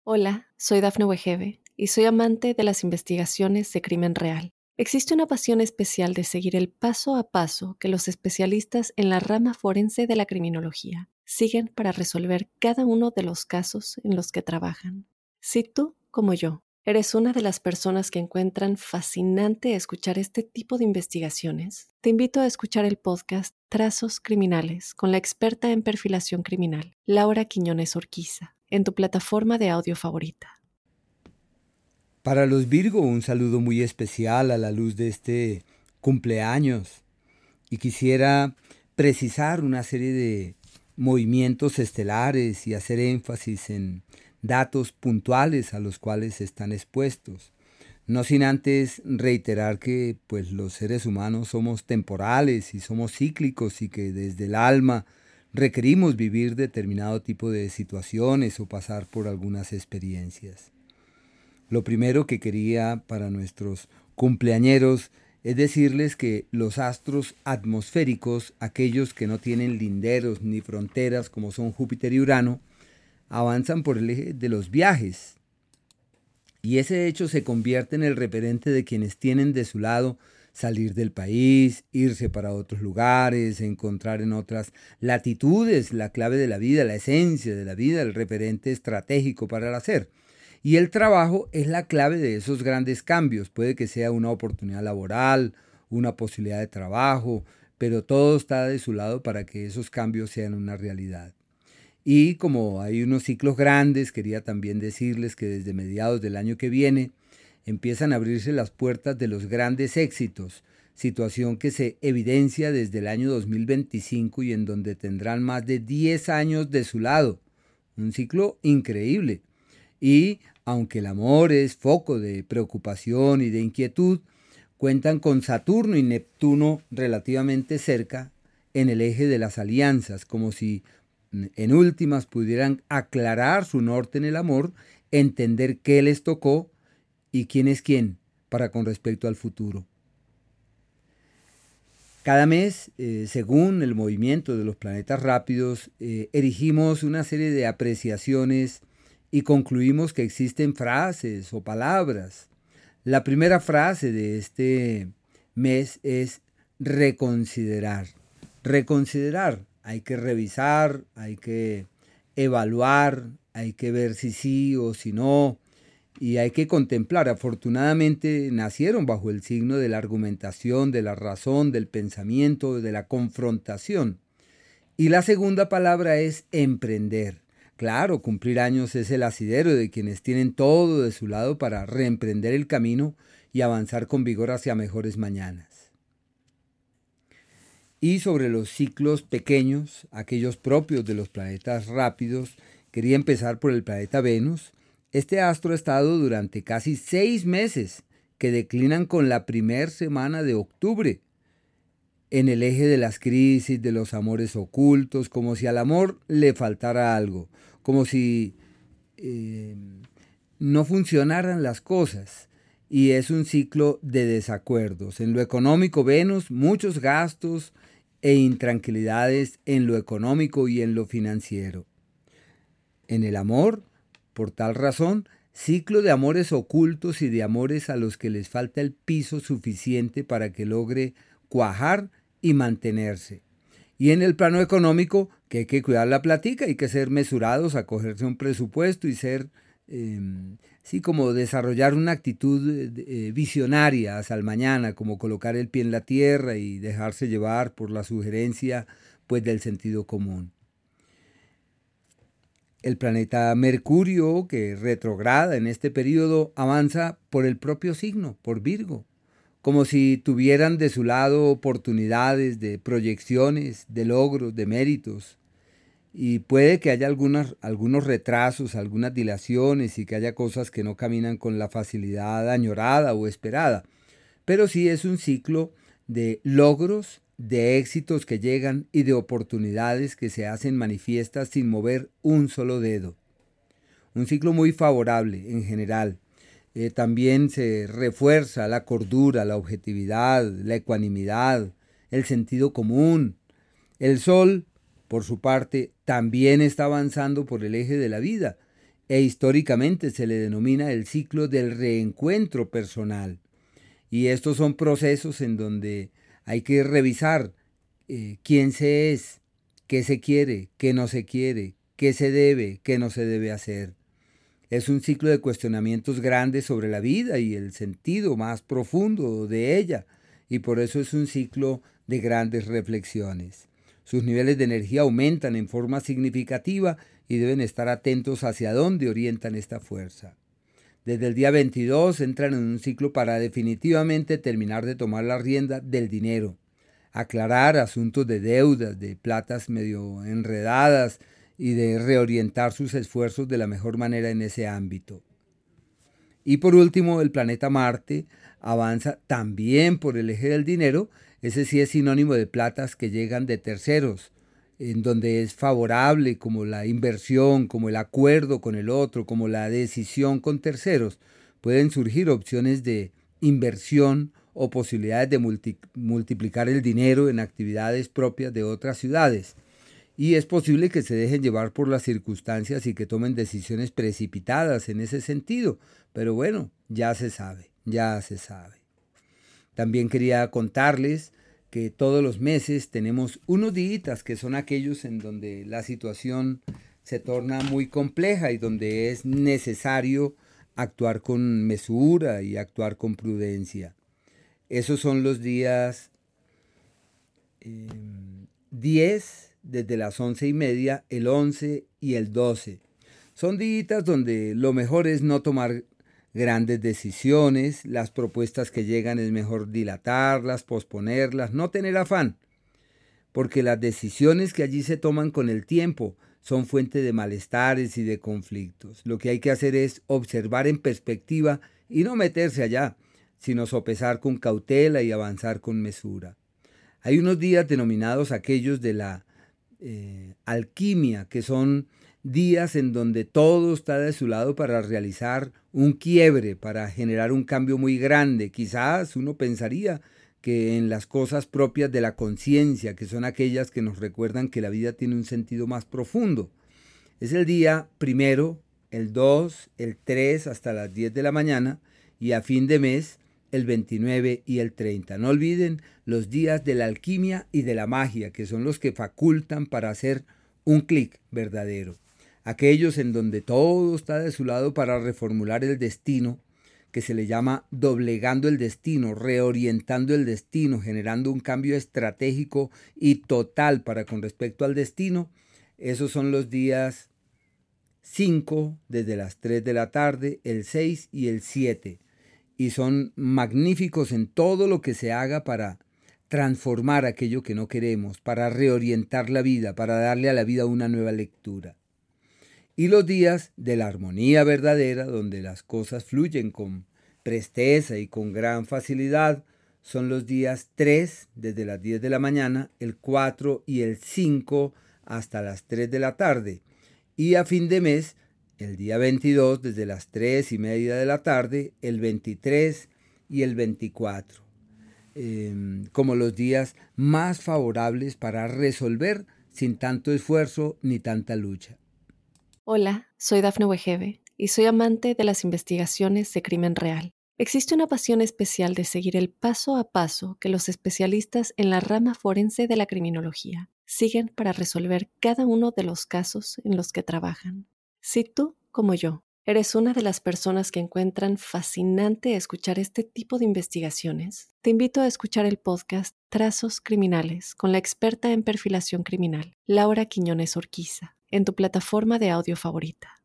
Hola, soy Dafne Wegebe y soy amante de las investigaciones de crimen real. Existe una pasión especial de seguir el paso a paso que los especialistas en la rama forense de la criminología siguen para resolver cada uno de los casos en los que trabajan. Si tú, como yo, eres una de las personas que encuentran fascinante escuchar este tipo de investigaciones, te invito a escuchar el podcast Trazos Criminales con la experta en perfilación criminal, Laura Quiñones Orquiza, en tu plataforma de audio favorita. Para los Virgo, un saludo muy especial a la luz de este cumpleaños. Y quisiera precisar una serie de movimientos estelares y hacer énfasis en datos puntuales a los cuales están expuestos. No sin antes reiterar que pues, los seres humanos somos temporales y somos cíclicos y que desde el alma requerimos vivir determinado tipo de situaciones o pasar por algunas experiencias. Lo primero que quería para nuestros cumpleañeros es decirles que los astros atmosféricos, aquellos que no tienen linderos ni fronteras como son Júpiter y Urano, avanzan por el eje de los viajes. Y ese hecho se convierte en el referente de quienes tienen de su lado salir del país, irse para otros lugares, encontrar en otras latitudes la clave de la vida, la esencia de la vida, el referente estratégico para el hacer. Y el trabajo es la clave de esos grandes cambios. Puede que sea una oportunidad laboral, una posibilidad de trabajo, pero todo está de su lado para que esos cambios sean una realidad. Y como hay unos ciclos grandes, quería también decirles que desde mediados del año que viene empiezan a abrirse las puertas de los grandes éxitos, situación que se evidencia desde el año 2025 y en donde tendrán más de 10 años de su lado. Un ciclo increíble. Y aunque el amor es foco de preocupación y de inquietud, cuentan con Saturno y Neptuno relativamente cerca en el eje de las alianzas, como si en últimas pudieran aclarar su norte en el amor, entender qué les tocó y quién es quién para con respecto al futuro. Cada mes, según el movimiento de los planetas rápidos, erigimos una serie de apreciaciones y concluimos que existen frases o palabras. La primera frase de este mes es reconsiderar. Reconsiderar. Hay que revisar, hay que evaluar, hay que ver si sí o si no. Y hay que contemplar. Afortunadamente nacieron bajo el signo de la argumentación, de la razón, del pensamiento, de la confrontación. Y la segunda palabra es emprender. Claro, cumplir años es el asidero de quienes tienen todo de su lado para reemprender el camino y avanzar con vigor hacia mejores mañanas. Y sobre los ciclos pequeños, aquellos propios de los planetas rápidos, quería empezar por el planeta Venus. Este astro ha estado durante casi 6 meses, que declinan con la primera semana de octubre, en el eje de las crisis, de los amores ocultos, como si al amor le faltara algo, como si no funcionaran las cosas. Y es un ciclo de desacuerdos. En lo económico, Venus, muchos gastos e intranquilidades en lo económico y en lo financiero. En el amor, por tal razón, ciclo de amores ocultos y de amores a los que les falta el piso suficiente para que logre cuajar y mantenerse. Y en el plano económico, que hay que cuidar la platica, hay que ser mesurados, acogerse a un presupuesto y ser, sí, como desarrollar una actitud visionaria hacia el mañana, como colocar el pie en la tierra y dejarse llevar por la sugerencia, pues, del sentido común. El planeta Mercurio, que retrograda en este periodo, avanza por el propio signo, por Virgo, como si tuvieran de su lado oportunidades de proyecciones, de logros, de méritos. Y puede que haya algunos retrasos, algunas dilaciones y que haya cosas que no caminan con la facilidad añorada o esperada. Pero sí es un ciclo de logros, de éxitos que llegan y de oportunidades que se hacen manifiestas sin mover un solo dedo. Un ciclo muy favorable en general. También se refuerza la cordura, la objetividad, la ecuanimidad, el sentido común. El Sol, por su parte, también está avanzando por el eje de la vida, e históricamente se le denomina el ciclo del reencuentro personal. Y estos son procesos en donde hay que revisar quién se es, qué se quiere, qué no se quiere, qué se debe, qué no se debe hacer. Es un ciclo de cuestionamientos grandes sobre la vida y el sentido más profundo de ella, y por eso es un ciclo de grandes reflexiones. Sus niveles de energía aumentan en forma significativa y deben estar atentos hacia dónde orientan esta fuerza. Desde el día 22 entran en un ciclo para definitivamente terminar de tomar la rienda del dinero, aclarar asuntos de deudas, de platas medio enredadas y de reorientar sus esfuerzos de la mejor manera en ese ámbito. Y por último, el planeta Marte avanza también por el eje del dinero. Ese sí es sinónimo de platas que llegan de terceros, en donde es favorable como la inversión, como el acuerdo con el otro, como la decisión con terceros. Pueden surgir opciones de inversión o posibilidades de multiplicar el dinero en actividades propias de otras ciudades. Y es posible que se dejen llevar por las circunstancias y que tomen decisiones precipitadas en ese sentido. Pero bueno, ya se sabe, ya se sabe. También quería contarles que todos los meses tenemos unos días que son aquellos en donde la situación se torna muy compleja y donde es necesario actuar con mesura y actuar con prudencia. Esos son los días 10 desde las 11:30, el 11 y el 12. Son días donde lo mejor es no tomar grandes decisiones, las propuestas que llegan es mejor dilatarlas, posponerlas, no tener afán, porque las decisiones que allí se toman con el tiempo son fuente de malestares y de conflictos. Lo que hay que hacer es observar en perspectiva y no meterse allá, sino sopesar con cautela y avanzar con mesura. Hay unos días denominados aquellos de la alquimia, que son días en donde todo está de su lado para realizar un quiebre, para generar un cambio muy grande. Quizás uno pensaría que en las cosas propias de la conciencia, que son aquellas que nos recuerdan que la vida tiene un sentido más profundo. Es el día primero, el 2, el 3 hasta las 10 de la mañana y a fin de mes el 29 y el 30. No olviden los días de la alquimia y de la magia, que son los que facultan para hacer un clic verdadero. Aquellos en donde todo está de su lado para reformular el destino, que se le llama doblegando el destino, reorientando el destino, generando un cambio estratégico y total para con respecto al destino. Esos son los días 5 desde las 3 de la tarde, el 6 y el 7. Y son magníficos en todo lo que se haga para transformar aquello que no queremos, para reorientar la vida, para darle a la vida una nueva lectura. Y los días de la armonía verdadera, donde las cosas fluyen con presteza y con gran facilidad, son los días 3 desde las 10 de la mañana, el 4 y el 5 hasta las 3 de la tarde. Y a fin de mes, el día 22 desde las 3:30 de la tarde, el 23 y el 24, como los días más favorables para resolver sin tanto esfuerzo ni tanta lucha. Hola, soy Dafne Wegebe y soy amante de las investigaciones de crimen real. Existe una pasión especial de seguir el paso a paso que los especialistas en la rama forense de la criminología siguen para resolver cada uno de los casos en los que trabajan. Si tú, como yo, eres una de las personas que encuentran fascinante escuchar este tipo de investigaciones, te invito a escuchar el podcast Trazos Criminales con la experta en perfilación criminal, Laura Quiñones Orquiza, en tu plataforma de audio favorita.